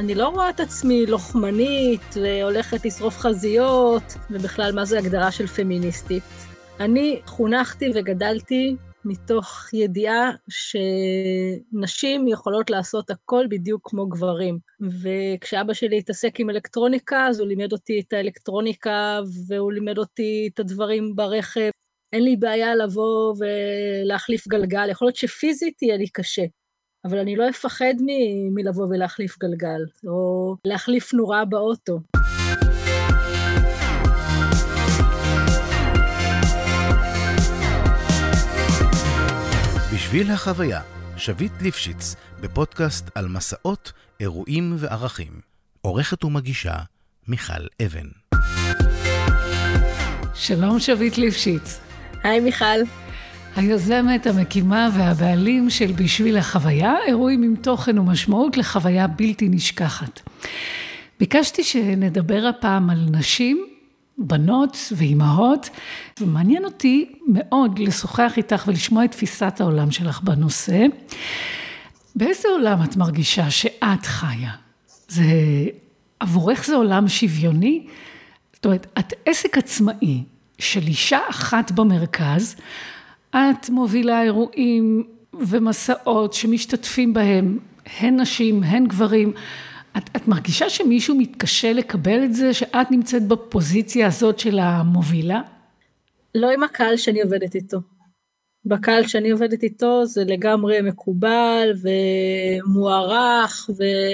אני לא רואה את עצמי לוחמנית והולכת לשרוף חזיות, ובכלל מה זה הגדרה של פמיניסטית. אני חונכתי וגדלתי מתוך ידיעה שנשים יכולות לעשות הכל בדיוק כמו גברים. וכשאבא שלי התעסק עם אלקטרוניקה, אז הוא לימד אותי את האלקטרוניקה, והוא לימד אותי את הדברים ברכב. אין לי בעיה לבוא ולהחליף גלגל, יכול להיות שפיזית יהיה לי קשה. אבל אני לא אפחד מלבוא ולהחליף גלגל, או להחליף נורה באוטו. בשביל החוויה, שביט ליפשיץ, בפודקאסט על מסעות, אירועים וערכים. עורכת ומגישה, מיכל אבן. שלום שביט ליפשיץ. היי מיכל. היוזמת, המקימה והבעלים של בשביל החוויה, אירועים עם תוכן ומשמעות לחוויה בלתי נשכחת. ביקשתי שנדבר הפעם על נשים, בנות ואימהות, ומעניין אותי מאוד לשוחח איתך ולשמוע את תפיסת העולם שלך בנושא. באיזה עולם את מרגישה שאת חיה? עבורך זה עולם שוויוני? זאת אומרת, את עסק עצמאי של אישה אחת במרכז, את מובילה אירועים ומסעות שמשתתפים בהם, הן נשים, הן גברים. את מרגישה שמישהו מתקשה לקבל את זה, שאת נמצאת בפוזיציה הזאת של המובילה? לא עם הקהל שאני עובדת איתו. בקהל שאני עובדת איתו זה לגמרי מקובל ומוערך,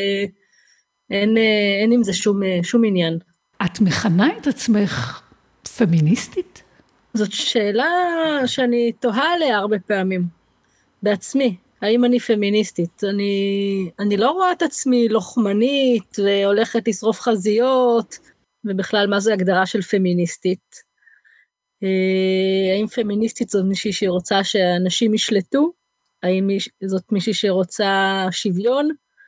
ואין עם זה שום עניין. את מכנה את עצמך פמיניסטית? זאת שאלה שאני תוהה עליה הרבה פעמים, בעצמי. האם אני פמיניסטית? אני לא רואה את עצמי לוחמנית והולכת לשרוף חזיות, ובכלל מה זה הגדרה של פמיניסטית? האם פמיניסטית זאת מישהי שרוצה שאנשים ישלטו? האם זאת מישהי שרוצה שוויון?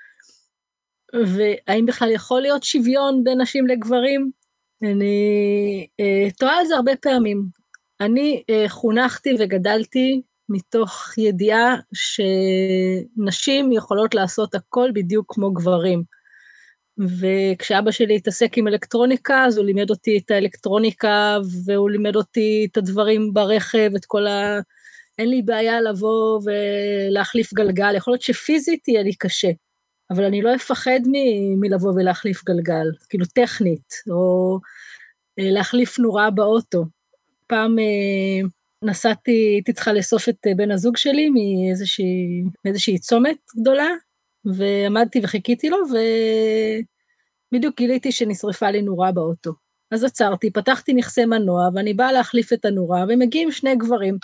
והאם בכלל יכול להיות שוויון בין נשים לגברים? אני תוהה על זה הרבה פעמים. אני חונכתי וגדלתי מתוך ידיעה שנשים יכולות לעשות הכל בדיוק כמו גברים. וכשאבא שלי התעסק עם אלקטרוניקה, אז הוא לימד אותי את האלקטרוניקה, והוא לימד אותי את הדברים ברכב, אין לי בעיה לבוא ולהחליף גלגל, יכול להיות שפיזית יהיה לי קשה, אבל אני לא אפחד מלבוא ולהחליף גלגל, כאילו טכנית, או להחליף נורה באוטו. פעם הייתי צריכה לאסוף את בן הזוג שלי מאיזושהי צומת גדולה, ועמדתי וחיכיתי לו, ובדיוק גיליתי שנשרפה לי נורה באוטו. אז עצרתי, פתחתי נכסי מנוע, ואני באה להחליף את הנורה, ומגיעים שני גברים.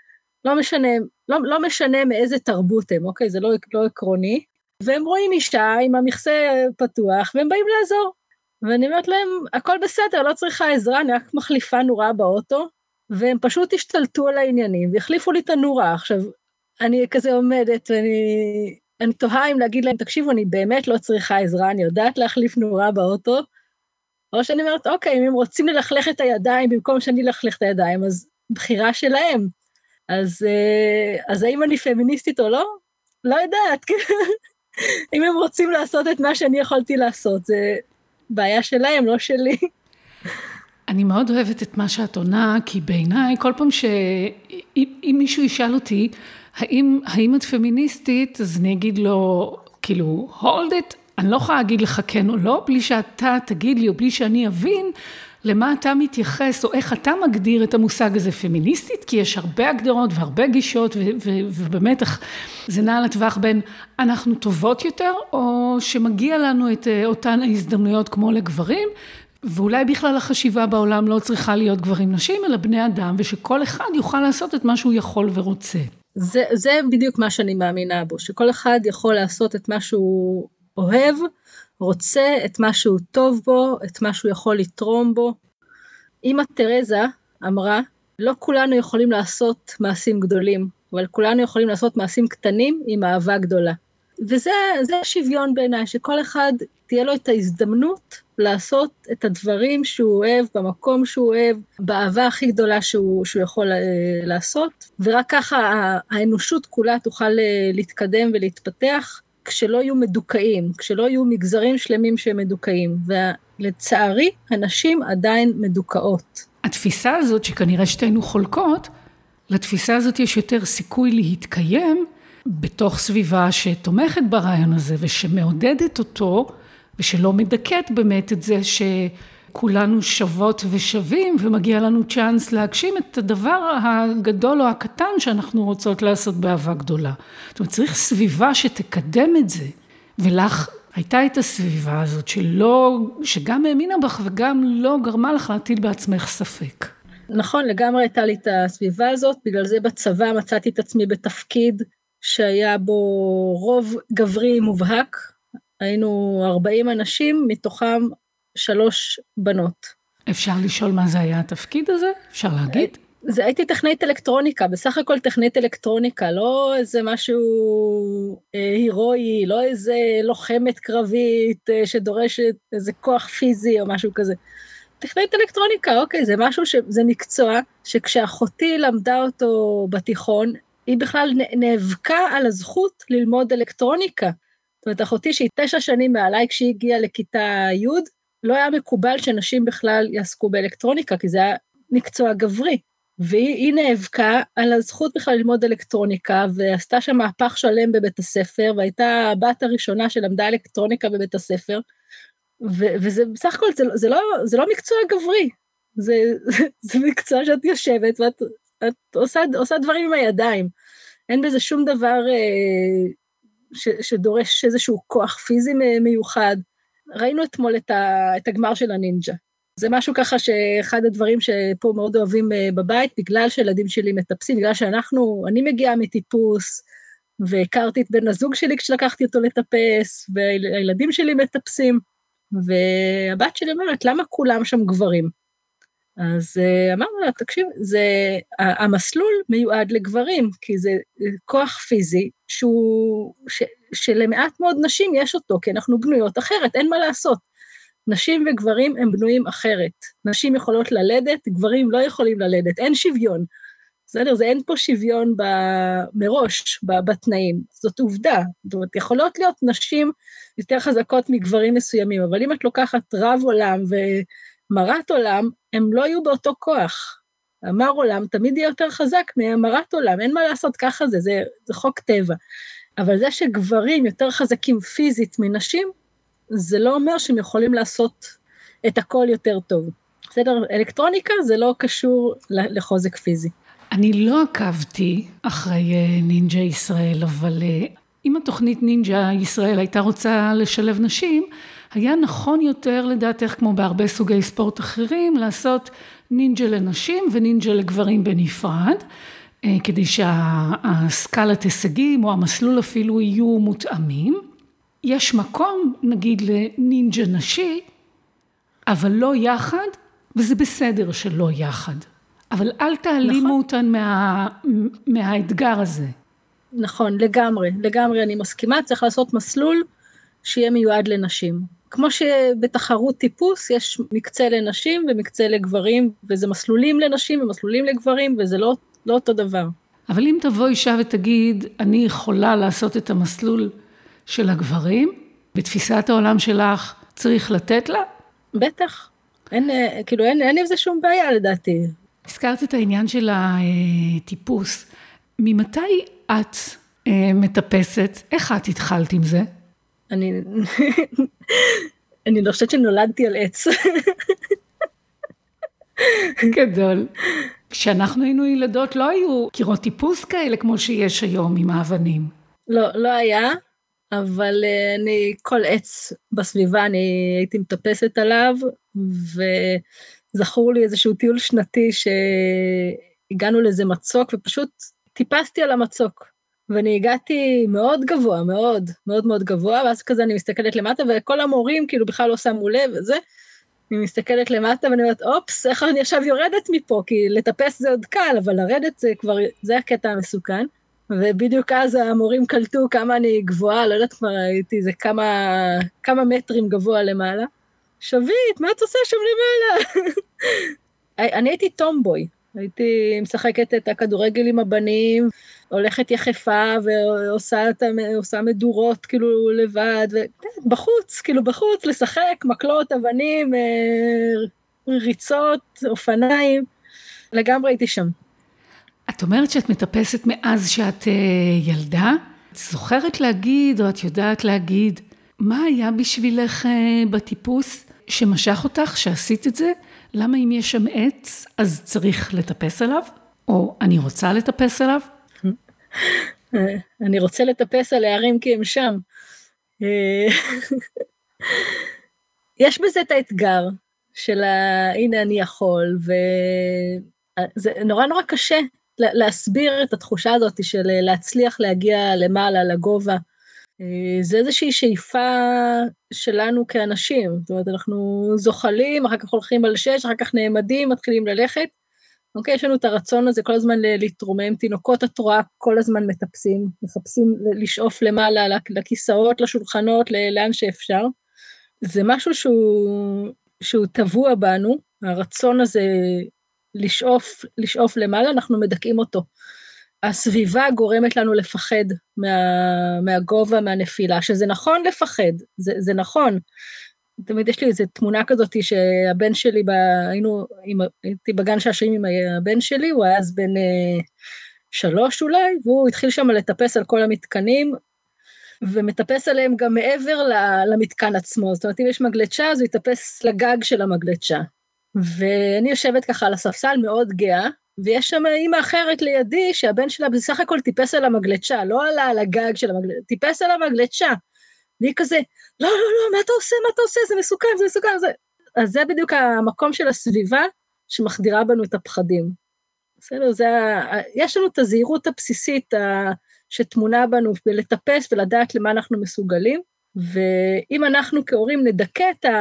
לא משנה מאיזה תרבות הם, אוקיי? זה לא עקרוני. והם רואים אישה עם המכסה פתוח, והם באים לעזור. ואני אומרת להם, הכל בסדר, לא צריכה עזרה, אני רק מחליפה נורה באוטו, והם פשוט השתלטו על העניינים, והחליפו לי את הנורה. עכשיו, אני כזה עומדת, ואני תוהה אם להגיד להם, תקשיבו, אני באמת לא צריכה עזרה, אני יודעת להחליף נורה באוטו, או שאני אומרת, אוקיי, אם הם רוצים ללכלך את הידיים, במקום שאני ללכלך את הידיים, אז בחירה שלהם. אז האם אני פמיניסטית או לא? לא יודעת. אם הם רוצים לעשות את מה שאני יכולתי לעשות, זה בעיה שלהם, לא שלי. אני מאוד אוהבת את מה שאת עונה, כי בעיניי, כל פעם אם מישהו ישאל אותי, האם את פמיניסטית, אז אני אגיד לו, כאילו, hold it, אני לא יכולה להגיד לך כן או לא, בלי שאתה תגיד לי, או בלי שאני אבין, למה אתה מתייחס, או איך אתה מגדיר את המושג הזה פמיניסטית, כי יש הרבה הגדרות והרבה גישות, ובאמת זה נע על הטווח בין אנחנו טובות יותר, או שמגיע לנו את אותן ההזדמנויות כמו לגברים, ואולי בכלל החשיבה בעולם לא צריכה להיות גברים נשים, אלא בני אדם, ושכל אחד יוכל לעשות את מה שהוא יכול ורוצה. זה בדיוק מה שאני מאמינה בו, שכל אחד יכול לעשות את מה שהוא אוהב, רוצה את מה שהוא טוב בו, את מה שהוא יכול לתרום בו. אמא תרזה אמרה, לא כולנו יכולים לעשות מעשים גדולים, אבל כולנו יכולים לעשות מעשים קטנים עם אהבה גדולה. וזה השוויון בעיניי, שכל אחד תהיה לו את ההזדמנות לעשות את הדברים שהוא אוהב, במקום שהוא אוהב, באהבה הכי גדולה שהוא יכול לעשות, ורק ככה האנושות כולה תוכל להתקדם ולהתפתח, כשלא יהיו מדוכאים, כשלא יהיו מגזרים שלמים שמדוכאים, ולצערי, הנשים עדיין מדוכאות. התפיסה הזאת, שכנראה שתינו חולקות, לתפיסה הזאת יש יותר סיכוי להתקיים בתוך סביבה שתומכת ברעיון הזה, ושמעודדת אותו, ושלא מדכאת באמת את זה שכולנו שוות ושווים, ומגיע לנו צ'אנס להגשים את הדבר הגדול או הקטן שאנחנו רוצות לעשות באהבה גדולה. זאת אומרת, צריך סביבה שתקדם את זה, ולך הייתה את הסביבה הזאת שגם האמינה בך וגם לא גרמה לך להטיל בעצמך ספק. נכון, לגמרי הייתה לי את הסביבה הזאת, בגלל זה בצבא מצאתי את עצמי בתפקיד שהיה בו רוב גברי מובהק, היינו 40 אנשים, מתוכם 3 בנות. אפשר לשאול מה זה היה התפקיד הזה? אפשר להגיד? הייתי טכנית אלקטרוניקה, בסך הכל טכנית אלקטרוניקה, לא איזה משהו הירואי, לא איזה לוחמת קרבית שדורשת איזה כוח פיזי או משהו כזה. טכנית אלקטרוניקה, אוקיי, זה משהו זה מקצוע שכשאחותי למדה אותו בתיכון, היא בכלל נאבקה על הזכות ללמוד אלקטרוניקה. זאת אומרת, אחותי שהיא 9 שנים מעליי כשהיא הגיעה לכיתה י', לא היה מקובל שנשים בכלל יעסקו באלקטרוניקה, כי זה היה מקצוע גברי. והיא נאבקה על הזכות בכלל ללמוד אלקטרוניקה, ועשתה שם מהפך שלם בבית הספר, והייתה הבת הראשונה שלמדה אלקטרוניקה בבית הספר, וזה בסך הכל, זה לא מקצוע גברי, זה מקצוע שאת יושבת, ואת עושה דברים עם הידיים, אין בזה שום דבר שדורש איזשהו כוח פיזי מיוחד. ראינו אתמול את הגמר של הנינג'ה, זה משהו ככה שאחד הדברים שפה מאוד אוהבים בבית, בגלל שילדים שלי מטפסים, בגלל אני מגיעה מטיפוס, והכרתי את בן הזוג שלי כשלקחתי אותו לטפס, והילדים שלי מטפסים, והבת שלי אומרת, למה כולם שם גברים? אז אמרנו לה, תקשיב, המסלול מיועד לגברים, כי זה כוח פיזי שלמעט מאוד נשים יש אותו, כי אנחנו בנויות אחרת, אין מה לעשות. נשים וגברים הם בנויים אחרת. נשים יכולות ללדת, גברים לא יכולים ללדת, אין שוויון. בסדר, אין פה שוויון מראש בתנאים, זאת עובדה. זאת אומרת, יכולות להיות נשים יותר חזקות מגברים מסוימים, אבל אם את לוקחת רב עולם ומרת עולם, הם לא יהיו באותו כוח. המר עולם תמיד יהיה יותר חזק ממרת עולם, אין מה לעשות ככה, זה חוק טבע. אבל זה שגברים יותר חזקים פיזית מנשים, זה לא אומר שהם יכולים לעשות את הכל יותר טוב. בסדר, אלקטרוניקה זה לא קשור לחוזק פיזי. אני לא עקבתי אחרי נינג'ה ישראל, אבל אם התוכנית נינג'ה ישראל הייתה רוצה לשלב נשים, היה נכון יותר לדעתך, כמו בהרבה סוגי ספורט אחרים, לעשות נינג'ה לנשים ונינג'ה לגברים בנפרד, כדי שהסקלת הישגים או המסלול אפילו יהיו מותאמים. יש מקום, נגיד, לנינג'ה נשי, אבל לא יחד, וזה בסדר שלא יחד. אבל אל תעלימו אותן מהאתגר הזה. נכון, לגמרי אני מסכימה, צריך לעשות מסלול שיהיה מיועד לנשים. כמו שבתחרות טיפוס יש מקצה לנשים ומקצה לגברים, וזה מסלולים לנשים ומסלולים לגברים, וזה לא אותו דבר. אבל אם תבוא אישה ותגיד, אני יכולה לעשות את המסלול של הגברים, בתפיסת העולם שלך צריך לתת לה? בטח, אין עם זה שום בעיה לדעתי. הזכרת את העניין של הטיפוס. ממתי את מטפסת? איך את התחלת עם זה? אני לא חושבת שנולדתי על עץ. גדול. כשאנחנו היינו ילדות לא היו קירות טיפוס כאלה כמו שיש היום עם האבנים. לא היה, אבל כל עץ בסביבה אני הייתי מטפסת עליו, וזכור לי איזשהו טיול שנתי שהגענו לאיזה מצוק, ופשוט טיפסתי על המצוק, ואני הגעתי מאוד גבוה, מאוד מאוד מאוד גבוה, ואז כזה אני מסתכלת למטה, וכל המורים כאילו בכלל לא שמו לב, וזה, אני מסתכלת למטה, ואני אומרת, אופס, איך אני עכשיו יורדת מפה, כי לטפס זה עוד קל, אבל לרדת זה כבר, זה הקטע המסוכן, ובדיוק אז המורים קלטו כמה אני גבוהה, לא יודעת כבר הייתי, זה כמה מטרים גבוה למעלה. שביט, מה את עושה שם למעלה? אני הייתי טומבוי, הייתי משחקת את הכדורגל עם הבנים, הולכת יחפה ועושה מדורות כאילו לבד, בחוץ, כאילו בחוץ, לשחק, מקלות, אבנים, ריצות, אופניים, לגמרי הייתי שם. את אומרת שאת מטפסת מאז שאת ילדה? את זוכרת להגיד, או את יודעת להגיד, מה היה בשבילך בטיפוס שמשך אותך, שעשית את זה? למה אם יש שם עץ, אז צריך לטפס עליו? או אני רוצה לטפס עליו? אני רוצה לטפס על הערים כי הם שם. יש בזה את האתגר של הנה אני יכול, וזה נורא נורא קשה להסביר את התחושה הזאת של להצליח להגיע למעלה, לגובה. זה איזושהי שאיפה שלנו כאנשים, זאת אומרת, אנחנו זוחלים, אחר כך הולכים על 6, אחר כך נעמדים, מתחילים ללכת. אוקיי, יש לנו את הרצון הזה כל הזמן להתרומם, תינוקות התורה כל הזמן מטפסים, מחפשים לשאוף למעלה, לכיסאות, לשולחנות, לאן שאפשר. זה משהו שהוא טבוע בנו, הרצון הזה לשאוף למעלה, אנחנו מדכאים אותו. הסביבה גורמת לנו לפחד מהגובה, מהנפילה, שזה נכון לפחד, זה נכון. תמיד יש לי איזו תמונה כזאת שהבן שלי, הייתי בגן שעשועים עם הבן שלי, הוא היה אז בן 3 אולי, והוא התחיל שם לטפס על כל המתקנים, ומטפס עליהם גם מעבר למתקן עצמו, זאת אומרת, אם יש מגלצ'ה, אז הוא יטפס לגג של המגלצ'ה. ואני יושבת ככה על הספסל מאוד גאה, ויש שם אימא אחרת לידי, שהבן שלה בסך הכל טיפס על המגלצ'ה, לא עלה על הגג של המגלצ'ה, טיפס על המגלצ'ה, והיא כזה, לא, מה אתה עושה, זה מסוכן, אז זה בדיוק המקום של הסביבה, שמחדירה בנו את הפחדים. בסדר, יש לנו את הזהירות הבסיסית, שתמונה בנו בלטפס ולדעת למה אנחנו מסוגלים, ואם אנחנו כהורים נדכא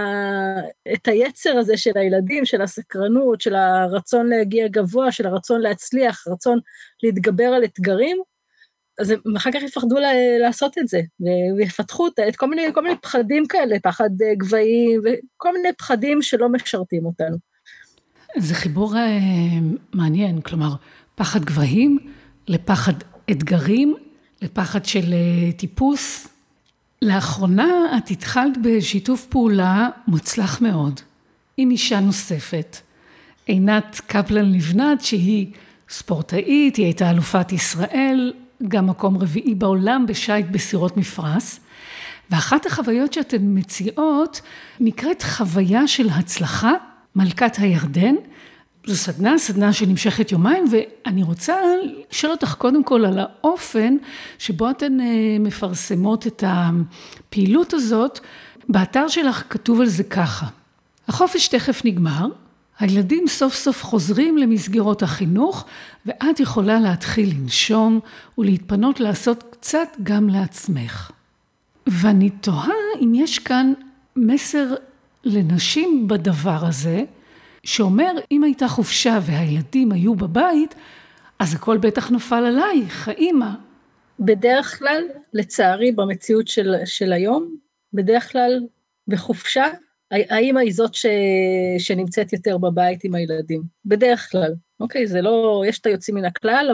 את היצר הזה של הילדים, של הסקרנות, של הרצון להגיע גבוה, של הרצון להצליח, רצון להתגבר על אתגרים, אז הם אחר כך יפחדו לעשות את זה, ויפתחו את כל מיני פחדים כאלה, פחד גבהים, וכל מיני פחדים שלא משרתים אותנו. זה חיבור מעניין, כלומר, פחד גבהים, לפחד אתגרים, לפחד של טיפוס. לאחרונה את התחלת בשיתוף פעולה מוצלח מאוד, עם אישה נוספת, עינת קפלן לבנת, שהיא ספורטאית, היא הייתה אלופת ישראל, גם מקום רביעי בעולם בשייט בסירות מפרש, ואחת החוויות שאתן מציעות נקראת חוויה של הצלחה, מלכת הירדן. זו סדנה שנמשכת יומיים, ואני רוצה לשאול אותך קודם כל על האופן שבו אתן מפרסמות את הפעילות הזאת. באתר שלך כתוב על זה ככה: החופש תכף נגמר, הילדים סוף סוף חוזרים למסגרות החינוך, ואת יכולה להתחיל לנשום ולהתפנות לעשות קצת גם לעצמך. ואני תוהה אם יש כאן מסר לנשים בדבר הזה, שאומר, אם הייתה חופשה והילדים היו בבית, אז הכל בטח נופל עלייך, האמא. בדרך כלל, לצערי, במציאות של היום, בדרך כלל בחופשה, האמא היא זאת שנמצאת יותר בבית עם הילדים. בדרך כלל, אוקיי? זה לא, יש את היוצאים מן הכלל,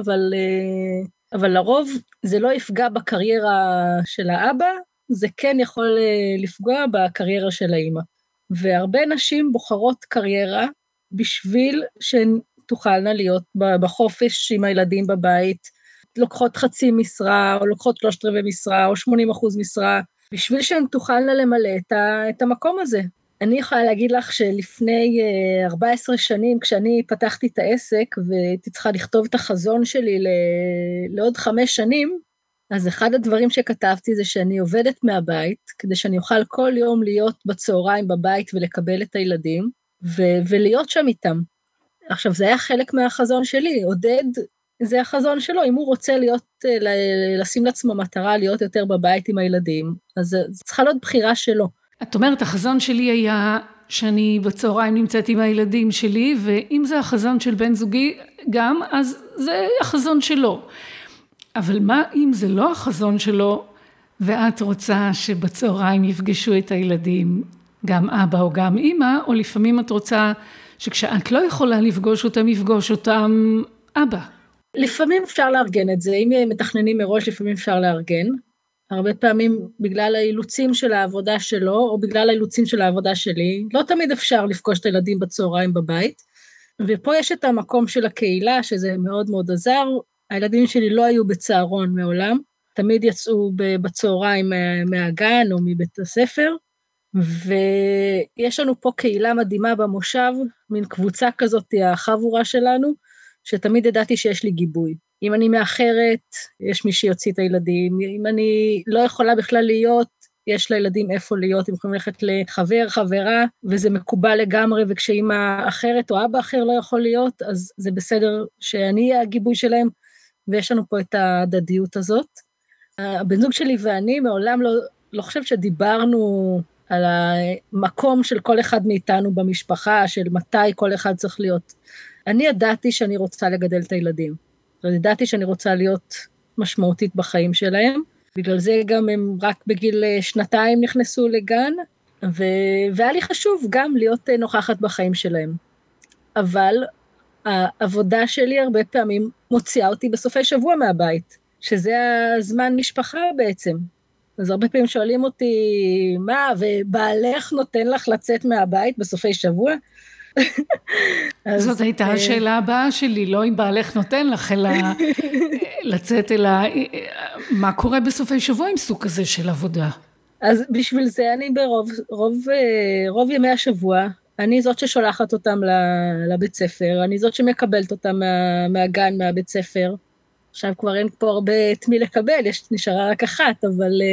אבל לרוב זה לא יפגע בקריירה של האבא, זה כן יכול לפגוע בקריירה של האמא. והרבה נשים בוחרות קריירה בשביל שהן תוכלנה להיות בחופש עם הילדים בבית, לוקחות חצי משרה, או לוקחות 3/4 משרה, או 80% משרה, בשביל שהן תוכלנה למלא את המקום הזה. אני יכולה להגיד לך שלפני 14 שנים, כשאני פתחתי את העסק, והייתי צריכה לכתוב את החזון שלי לעוד 5 שנים, אז אחד הדברים שכתבתי זה שאני עובדת מהבית, כדי שאני אוכל כל יום להיות בצהריים בבית ולקבל את הילדים, ולהיות שם איתם. עכשיו, זה היה חלק מהחזון שלי, עודד, זה החזון שלו, אם הוא רוצה לשים לעצמו מטרה, להיות יותר בבית עם הילדים, אז זה צריכה להיות בחירה שלו. את אומרת, החזון שלי היה שאני בצהריים נמצאת עם הילדים שלי, ואם זה החזון של בן זוגי גם, אז זה החזון שלו. אבל מה אם זה לא החזון שלו, ואת רוצה שבצהריים יפגשו את הילדים, גם אבא או גם אמא, או לפעמים את רוצה שכשאת לא יכולה לפגוש אותם, יפגוש אותם אבא. לפעמים אפשר לארגן את זה, אם מתכננים מראש לפעמים אפשר לארגן, הרבה פעמים בגלל האילוצים של העבודה שלו, או בגלל האילוצים של העבודה שלי, לא תמיד אפשר לפגוש את הילדים בצהריים בבית, ופה יש את המקום של הקהילה, שזה מאוד מאוד עזר, הילדים שלי לא היו בצהרון מעולם, תמיד יצאו בצהריים מהגן או מבית הספר, ויש לנו פה קהילה מדהימה במושב, מין קבוצה כזאת, החבורה שלנו, שתמיד ידעתי שיש לי גיבוי. אם אני מאחרת, יש מי שיוציא את הילדים, אם אני לא יכולה בכלל להיות, יש לילדים איפה להיות, הם יכולים ללכת לחבר, חברה, וזה מקובל לגמרי, וכשאמא אחרת או אבא אחר לא יכול להיות, אז זה בסדר שאני אהיה הגיבוי שלהם, ויש לנו פה את ההדדיות הזאת. הבן זוג שלי ואני מעולם לא חושב שדיברנו על המקום של כל אחד מאיתנו במשפחה, של מתי כל אחד צריך להיות. אני ידעתי שאני רוצה לגדל את הילדים, ידעתי שאני רוצה להיות משמעותית בחיים שלהם, בגלל זה גם הם רק בגיל 2 נכנסו לגן, והיה לי חשוב גם להיות נוכחת בחיים שלהם. אבל העבודה שלי הרבה פעמים מוציאה אותי בסופי שבוע מהבית, שזה הזמן משפחה בעצם. אז הרבה פעמים שואלים אותי, מה, ובעלך נותן לך לצאת מהבית בסופי שבוע? זאת הייתה השאלה הבאה שלי, לא אם בעלך נותן לך, אלא לצאת, אלא מה קורה בסופי שבוע עם סוג כזה של עבודה? אז בשביל זה אני רוב ימי השבוע, אני זאת ששולחת אותם לבית ספר, אני זאת שמקבלת אותם מהגן, מהבית ספר. עכשיו כבר אין פה הרבה את מי לקבל, נשארה רק אחת,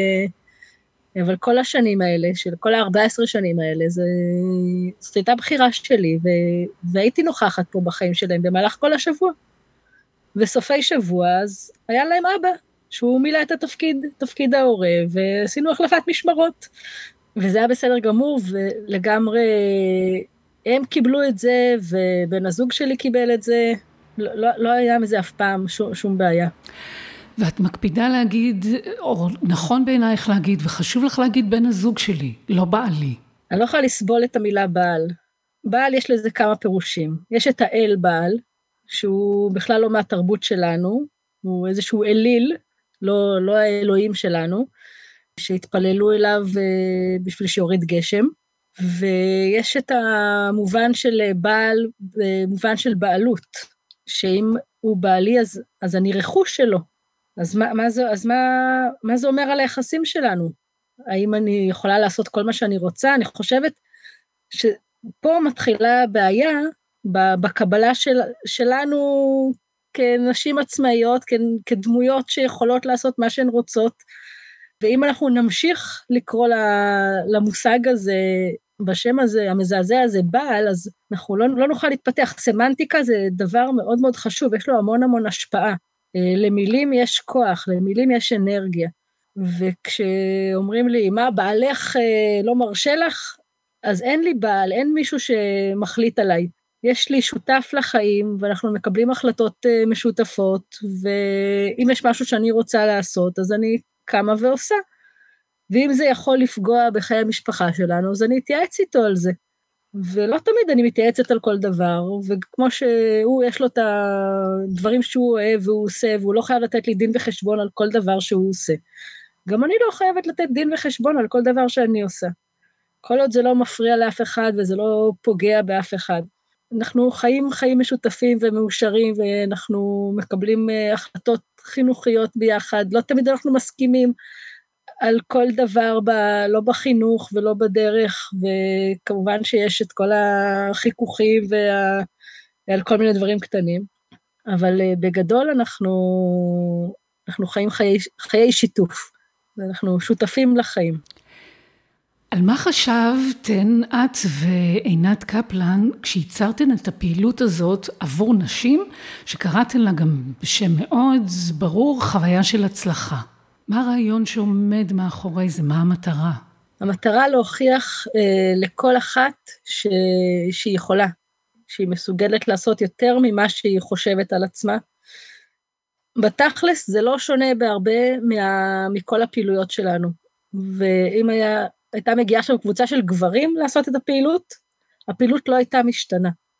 אבל כל השנים האלה, של כל 14 שנים האלה, זאת הייתה בחירה שלי, והייתי נוכחת פה בחיים שלהם במהלך כל השבוע. וסופי שבוע, אז היה להם אבא, שהוא מילא את תפקיד ההורה, ועשינו החלפת משמרות. וזה היה בסדר גמור, ולגמרי הם קיבלו את זה, ובן הזוג שלי קיבל את זה, לא היה מזה אף פעם שום בעיה. ואת מקפידה להגיד, או נכון בעינייך להגיד, וחשוב לך להגיד בן הזוג שלי, לא בעלי. אני לא יכולה לסבול את המילה בעל. בעל יש לזה כמה פירושים. יש את האל בעל, שהוא בכלל לא מהתרבות שלנו, הוא איזשהו אליל, לא האלוהים שלנו, שהתפללו אליו בשביל שיוריד גשם, ויש את המובן של בעל, מובן של בעלות, שאם הוא בעלי אז אני רכוש שלו, אז מה זה אומר על היחסים שלנו? האם אני יכולה לעשות כל מה שאני רוצה? אני חושבת שפה מתחילה הבעיה בקבלה שלנו כנשים עצמאיות, כדמויות שיכולות לעשות מה שהן רוצות, ואם אנחנו נמשיך לקרוא למושג הזה, בשם הזה, המזעזע הזה, בעל, אז אנחנו לא נוכל להתפתח. סמנטיקה זה דבר מאוד מאוד חשוב, יש לו המון השפעה. למילים יש כוח, למילים יש אנרגיה, וכשאומרים לי, מה, בעלך לא מרשה לך? אז אין לי בעל, אין מישהו שמחליט עליי. יש לי שותף לחיים, ואנחנו מקבלים החלטות משותפות, ואם יש משהו שאני רוצה לעשות, אז אני קמה ועושה. ואם זה יכול לפגוע בחיי המשפחה שלנו, אז אני אתייעץ איתו על זה. ולא תמיד אני מתייעצת על כל דבר, וכמו שהוא, יש לו את הדברים שהוא אוהב והוא עושה, והוא לא חייב לתת לי דין וחשבון על כל דבר שהוא עושה. גם אני לא חייבת לתת דין וחשבון על כל דבר שאני עושה. כל עוד זה לא מפריע לאף אחד, וזה לא פוגע באף אחד. אנחנו חיים משותפים ומאושרים, ואנחנו מקבלים החלטות חינוכיות ביחד, לא תמיד אנחנו מסכימים, על כל דבר, לא בחינוך ולא בדרך, וכמובן שיש את כל החיכוכים ועל כל מיני דברים קטנים, אבל בגדול אנחנו חיים חיי שיתוף, ואנחנו שותפים לחיים. על מה חשבתן את ועינת קפלן כשייצרתן את הפעילות הזאת עבור נשים, שקראתן לה גם בשם מאוד ברור, חוויה של הצלחה? מה הרעיון שעומד מאחורי זה? מה המטרה? המטרה להוכיח לכל אחת שהיא יכולה, שהיא מסוגלת לעשות יותר ממה שהיא חושבת על עצמה. בתכלס זה לא שונה בהרבה מכל הפעילויות שלנו. ואם הייתה מגיעה שם קבוצה של גברים לעשות את הפעילות לא הייתה משתנה.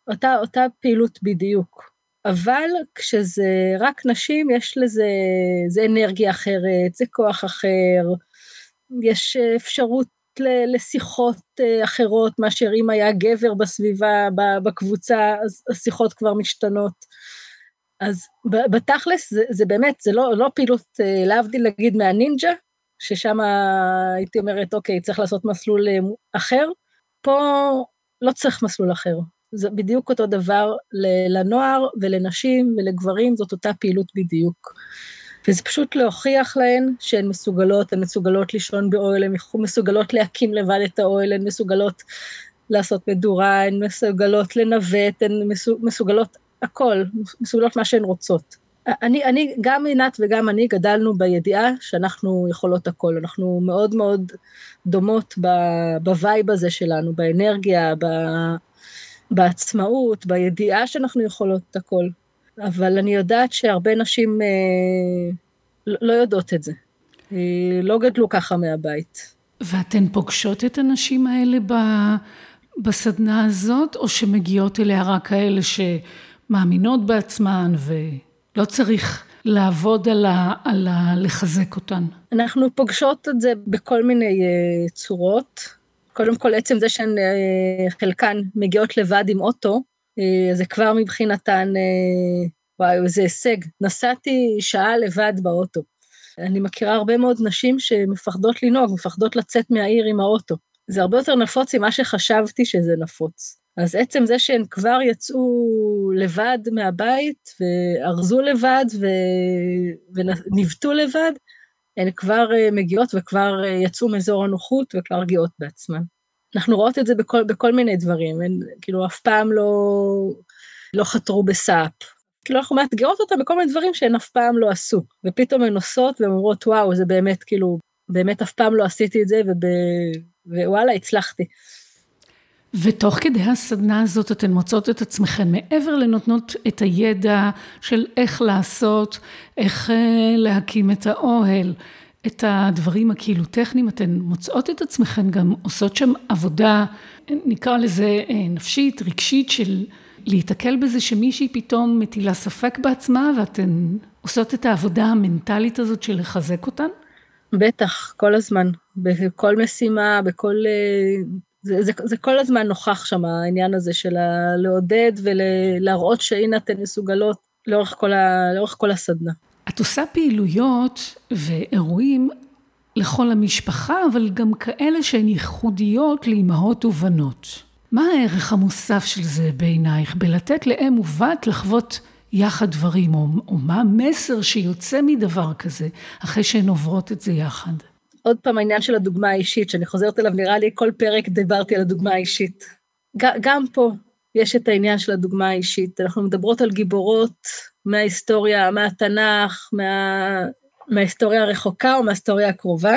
אותה פעילות בדיוק. אבל כשזה רק נשים, יש לזה, זה אנרגיה אחרת, זה כוח אחר, יש אפשרות לשיחות אחרות, מאשר אם היה גבר בסביבה, בקבוצה, אז השיחות כבר משתנות. אז בתכלס זה באמת, זה לא פעילות להבדיל להגיד מהנינג'ה, ששם הייתי אומרת, אוקיי, צריך לעשות מסלול אחר, פה לא צריך מסלול אחר. זה בדיוק אותו דבר לנוער ולנשים ולגברים, זאת אותה פעילות בדיוק. וזה פשוט להוכיח להן שהן מסוגלות, הן מסוגלות לישון באוהל, הן מסוגלות להקים לבד את האוהל, הן מסוגלות לעשות מדורה, הן מסוגלות לנווט, הן מסוגלות הכל, מסוגלות מה שהן רוצות. אני, גם עינת וגם אני גדלנו בידיעה שאנחנו יכולות הכל, אנחנו מאוד מאוד דומות בווייב הזה שלנו, באנרגיה, בעצמאות, בידיעה שאנחנו יכולות הכל. אבל אני יודעת שהרבה נשים לא יודעות את זה. לא גדלו ככה מהבית. ואתן פוגשות את הנשים האלה בסדנה הזאת, או שמגיעות אליה רק כאלה שמאמינות בעצמן, ולא צריך לעבוד על לחזק אותן? אנחנו פוגשות את זה בכל מיני צורות. קודם כל, עצם זה שהן חלקן מגיעות לבד עם אוטו, זה כבר מבחינתן, וואי, זה הישג. נסעתי שעה לבד באוטו. אני מכירה הרבה מאוד נשים שמפחדות לנהוג, מפחדות לצאת מהעיר עם האוטו. זה הרבה יותר נפוץ ממה שחשבתי שזה נפוץ. אז עצם זה שהן כבר יצאו לבד מהבית, וארזו לבד, ונבטו לבד, הן כבר מגיעות וכבר יצאו מאזור הנוחות, וכבר רגיעות בעצמן. אנחנו רואות את זה בכל מיני דברים, הן כאילו אף פעם לא חתרו בסאפ. כאילו אנחנו מאתגרות אותה בכל מיני דברים שהן אף פעם לא עשו, ופתאום הן נוסעות והן אומרות, וואו, זה באמת כאילו, באמת אף פעם לא עשיתי את זה, ווואלה, הצלחתי. ותוך כדי הסדנה הזאת אתן מוצאות את עצמכן, מעבר לנותנות את הידע של איך לעשות, איך להקים את האוהל, את הדברים הכאילו טכניים, אתן מוצאות את עצמכן גם עושות שם עבודה, נקרא לזה נפשית, רגשית, של להתקל בזה שמישהי פתאום מטילה ספק בעצמה, ואתן עושות את העבודה המנטלית הזאת של לחזק אותן? בטח, כל הזמן, בכל משימה, זה כל הזמן נוכח שם, העניין הזה של לעודד ולהראות שהנה אתן מסוגלות לאורך כל הסדנה. את עושה פעילויות ואירועים לכל המשפחה, אבל גם כאלה שהן ייחודיות לאמהות ובנות. מה הערך המוסף של זה בעינייך? בלתת לאם ובת לחוות יחד דברים, או מה המסר שיוצא מדבר כזה, אחרי שהן עוברות את זה יחד? עוד פעם העניין של הדוגמה האישית, שאני חוזרת אליו, נראה לי כל פרק דיברתי על הדוגמה האישית. גם פה יש את העניין של הדוגמה האישית, אנחנו מדברות על גיבורות מההיסטוריה, מהתנ"ך, מההיסטוריה הרחוקה או מההיסטוריה הקרובה,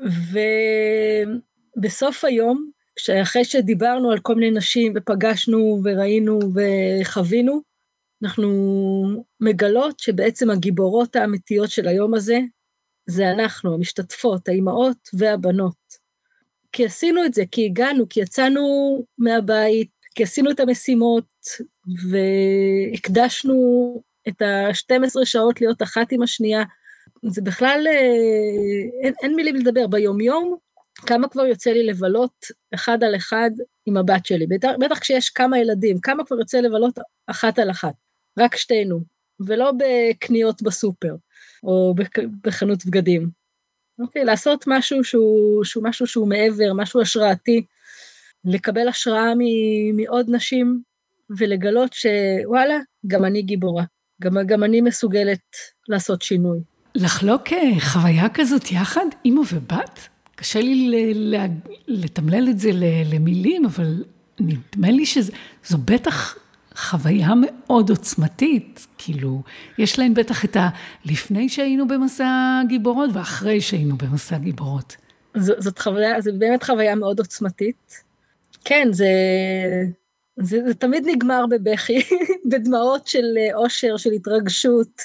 ובסוף היום, אחרי שדיברנו על כל מיני נשים ופגשנו וראינו וחווינו, אנחנו מגלות שבעצם הגיבורות האמיתיות של היום הזה, זה אנחנו, המשתתפות, האימהות והבנות. כי עשינו את זה, כי הגענו, כי יצאנו מהבית, כי עשינו את המשימות, והקדשנו את ה-12 שעות להיות אחת עם השנייה. זה בכלל, אין מילים לדבר. ביום יום, כמה כבר יוצא לי לבלות אחד על אחד עם הבת שלי. בטח כשיש כמה ילדים, כמה כבר יוצא לבלות אחת על אחת. רק שתינו, ולא בקניות בסופר. או בחנות בגדים. אוקיי, לעשות משהו שהוא משהו שהוא מעבר, משהו השראתי, לקבל השראה מעוד נשים, ולגלות שוואלה, גם אני גיבורה, גם אני מסוגלת לעשות שינוי. לחלוק חוויה כזאת יחד, אמא ובת? קשה לי לתמלל את זה למילים, אבל נדמה לי שזו בטח חוויה מאוד עוצמתית, כאילו, יש להם בטח את לפני שהיינו במסע גיבורות, ואחרי שהיינו במסע גיבורות. זאת חוויה, זה באמת חוויה מאוד עוצמתית. כן, זה תמיד נגמר בבכי, בדמעות של אושר, של התרגשות,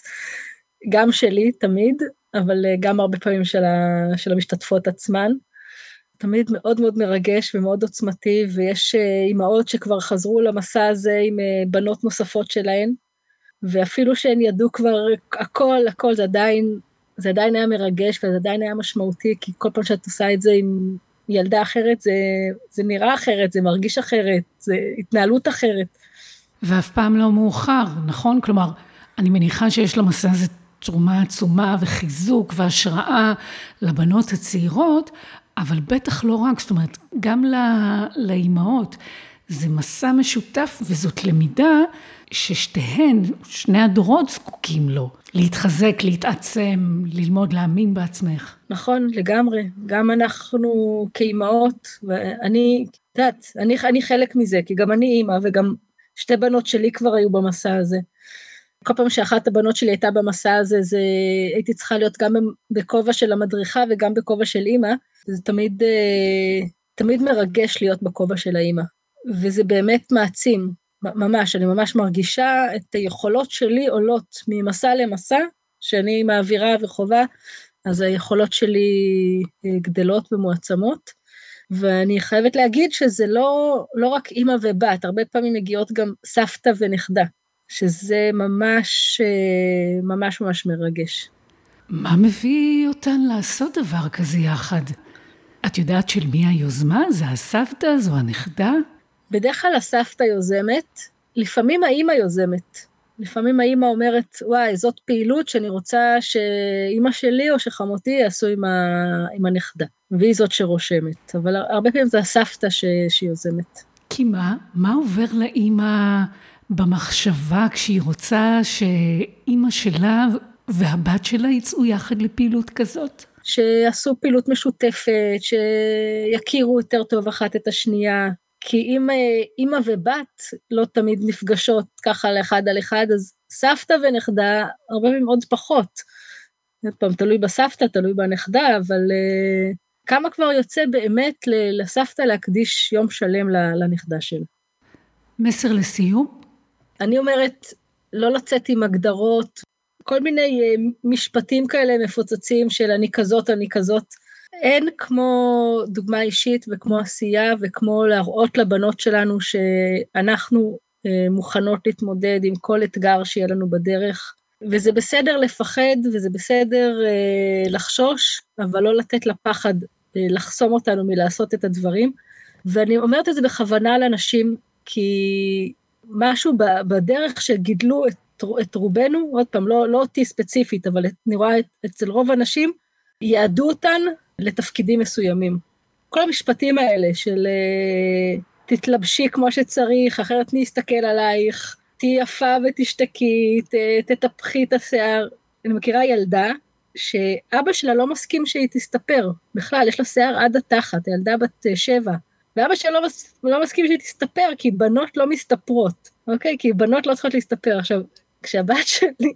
גם שלי תמיד, אבל גם הרבה פעמים של המשתתפות עצמן. תמיד מאוד מאוד מרגש ומאוד עוצמתי, ויש אימהות שכבר חזרו למסע הזה עם בנות נוספות שלהן, ואפילו שהן ידעו כבר הכל, זה עדיין היה מרגש, וזה עדיין היה משמעותי, כי כל פעם שאת עושה את זה עם ילדה אחרת, זה נראה אחרת, זה מרגיש אחרת, זה התנהלות אחרת. ואף פעם לא מאוחר, נכון? כלומר, אני מניחה שיש למסע הזה תרומה עצומה וחיזוק והשראה לבנות הצעירות, אבל בטח לא רק, זאת אומרת, גם לאימהות, זה מסע משותף וזאת למידה ששתיהן, שני הדורות זקוקים לו, להתחזק, להתעצם, ללמוד להאמין בעצמך. נכון, לגמרי, גם אנחנו כאימהות, ואני, יודעת, אני חלק מזה, כי גם אני אימא וגם שתי בנות שלי כבר היו במסע הזה. כל פעם שאחת הבנות שלי הייתה במסע הזה, הייתי צריכה להיות גם בכובע של המדריכה וגם בכובע של אימא, זה תמיד מרגש להיות בכובע של האימא, וזה באמת מעצים, ממש, אני ממש מרגישה את היכולות שלי עולות ממסע למסע, שאני מעבירה וחובה, אז היכולות שלי גדלות ומועצמות, ואני חייבת להגיד שזה לא רק אימא ובת, הרבה פעמים מגיעות גם סבתא ונכדה, שזה ממש מרגש. מה מביא אותן לעשות דבר כזה יחד? את יודעת של מי היוזמה? זה הסבתא? זו הנכדה? בדרך כלל הסבתא יוזמת, לפעמים האמא יוזמת. לפעמים האמא אומרת, וואי, זאת פעילות שאני רוצה שאמא שלי או שחמותי יעשו עם הנכדה. והיא זאת שרושמת. אבל הרבה פעמים זה הסבתא שיוזמת. כי מה עובר לאמא במחשבה כשהיא רוצה שאמא שלה והבת שלה יצאו יחד לפעילות כזאת? שיעשו פעילות משותפת, שיכירו יותר טוב אחת את השנייה, כי אמא ובת לא תמיד נפגשות ככה לאחד על אחד, אז סבתא ונכדה הרבה פעמים עוד פחות. פעם תלוי בסבתא, תלוי בנכדה, אבל כמה כבר יוצא באמת לסבתא להקדיש יום שלם לנכדה שלה. מסר לסיום? אני אומרת, לא לצאת עם הגדרות, כל מיני משפטים כאלה מפוצצים של אני כזאת, אין כמו דוגמה אישית וכמו עשייה וכמו להראות לבנות שלנו שאנחנו מוכנות להתמודד עם כל אתגר שיהיה לנו בדרך, וזה בסדר לפחד וזה בסדר לחשוש, אבל לא לתת לפחד לחסום אותנו מלעשות את הדברים, ואני אומרת את זה בכוונה לאנשים, כי משהו בדרך שגידלו את רובנו, עוד פעם, לא אותי ספציפית, אבל אני רואה אצל רוב אנשים, יעדו אותן לתפקידים מסוימים. כל המשפטים האלה של תתלבשי כמו שצריך, אחרת מי יסתכל עלייך, תהי יפה ותשתקי, תטפחי את השיער. אני מכירה ילדה שאבא שלה לא מסכים שהיא תסתפר, בכלל יש לה שיער עד התחת, ילדה בת 7, ואבא שלה לא מסכים שהיא תסתפר, כי בנות לא מסתפרות, אוקיי? כי בנות לא צריכות להסתפר. עכשיו, כשהבת שלי,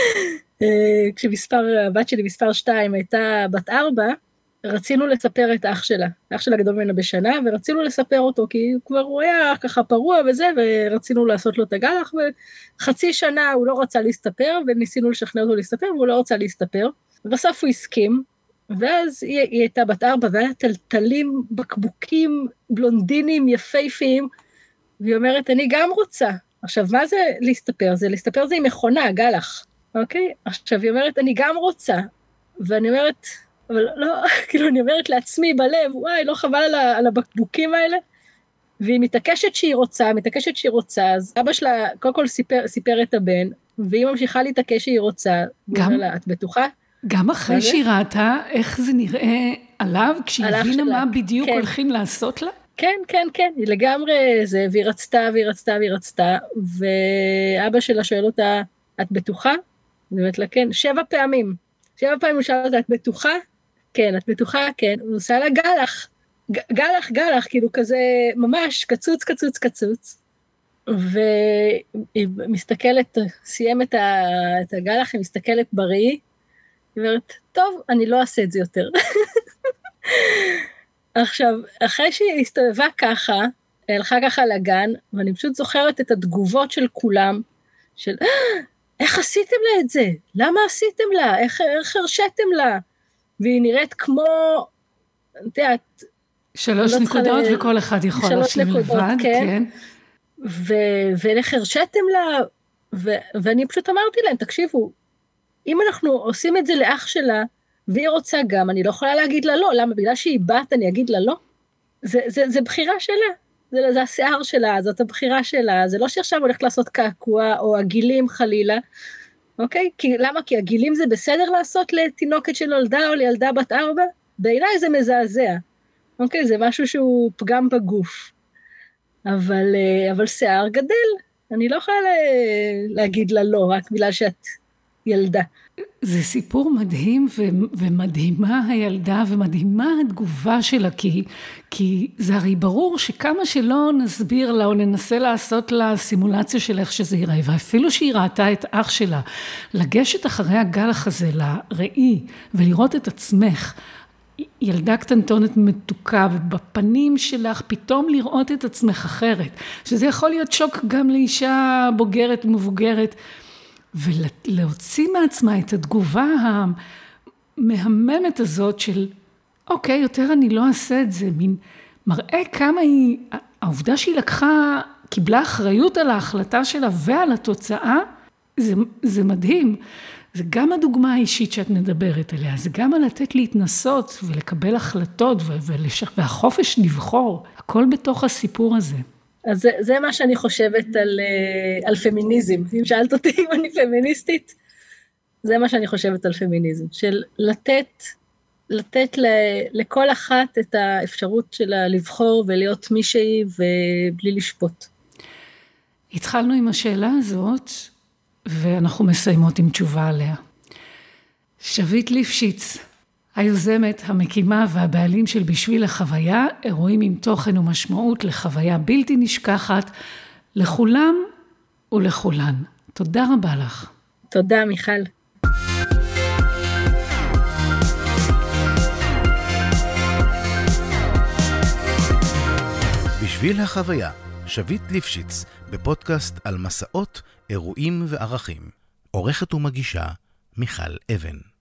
הבת שלי מספר 2 הייתה בת 4, רצינו לספר את אח שלה גדול ממנה בשנה, ורצינו לספר אותו, כי הוא היה ככה פרוע וזה, ורצינו לעשות לו את הגלח, וחצי שנה הוא לא רצה להסתפר, וניסינו לשכנע אותו להסתפר, והוא לא רצה להסתפר, ובסוף הוא הסכים, ואז היא הייתה בת 4, והיה טלטלים, בקבוקים, בלונדינים, יפהפיים, והיא אומרת, אני גם רוצה. עכשיו, מה זה להסתפר? להסתפר זה עם מכונה, גלח, אוקיי? עכשיו, היא אומרת, אני גם רוצה, ואני אומרת, אבל לא, כאילו, אני אומרת לעצמי בלב, וואי, לא חבל על הבקבוקים האלה, והיא מתעקשת שהיא רוצה, אז אבא שלה, קודם כל סיפר את הבן, והיא ממשיכה להתעקש שהיא רוצה, לה, את בטוחה? גם אחרי שהיא ראתה, איך זה נראה עליו, כשהיא הבינה מה בדיוק הולכים לעשות לה? כן, היא לגמרי זה, והיא רצתה, ואבא שלה שואל אותה, את בטוחה? היא אומרת לה, כן, 7 פעמים הוא שאל אותה, את בטוחה? כן, את בטוחה? כן, הוא עושה לה גלח, כאילו כזה ממש קצוץ, והיא מסתכלת, סיים את הגלח, היא מסתכלת בראי, היא אומרת, טוב, אני לא אעשה את זה יותר. עכשיו, אחרי שהיא הסתובבה ככה, הלכה ככה לגן, ואני פשוט זוכרת את התגובות של כולם, של, איך עשיתם לה את זה? למה עשיתם לה? איך הרשיתם לה? והיא נראית כמו, את יודעת, 3 נקודות וכל אחד יכול להשלים לבד, כן. ואיך הרשיתם לה, ואני פשוט אמרתי להם, תקשיבו, אם אנחנו עושים את זה לאח שלה, והיא רוצה גם, אני לא יכולה להגיד לה לא, למה? בגלל שהיא בת, אני אגיד לה לא? זה בחירה שלה, זה השיער שלה, זאת הבחירה שלה, זה לא שעכשיו הולכת לעשות קעקוע, או הגילים חלילה, אוקיי? למה? כי הגילים זה בסדר לעשות לתינוקת שנולדה, או לילדה בת 4? בעיניי זה מזעזע, אוקיי? זה משהו שהוא פגם בגוף, אבל שיער גדל, אני לא יכולה להגיד לה לא, רק בגלל שאת ילדה. זה סיפור מדהים ומדהימה הילדה ומדהימה התגובה שלה, כי זה הרי ברור שכמה שלא נסביר לה או ננסה לעשות לה סימולציה של איך שזה ייראה, ואפילו שהיא ראתה את אח שלה, לגשת אחרי הגלח הזה לראי ולראות את עצמך, ילדה קטנטונת מתוקה, ובפנים שלך פתאום לראות את עצמך אחרת, שזה יכול להיות שוק גם לאישה בוגרת ומבוגרת, ולהוציא מעצמה את התגובה המהממת הזאת של, אוקיי, יותר אני לא אעשה את זה, מין מראה כמה היא, העובדה שהיא קיבלה אחריות על ההחלטה שלה ועל התוצאה, זה מדהים. זה גם הדוגמה האישית שאת מדברת עליה, זה גם על לתת להתנסות ולקבל החלטות והחופש לבחור, הכל בתוך הסיפור הזה. אז זה מה שאני חושבת על פמיניזם. אם שאלת אותי אם אני פמיניסטית, זה מה שאני חושבת על פמיניזם, של לתת לכל אחת את האפשרות שלה לבחור ולהיות מישהי ובלי לשפוט. התחלנו עם השאלה הזאת, ואנחנו מסיימות עם תשובה עליה. שביט ליפשיץ, היוזמת, המקימה והבעלים של בשביל החוויה, אירועים עם תוכן ומשמעות לחוויה בלתי נשכחת, לכולם ולכולן. תודה רבה לך. תודה, מיכל. בשביל החוויה, שביט ליפשיץ, בפודקאסט על מסעות, אירועים וערכים. עורכת ומגישה, מיכל אבן.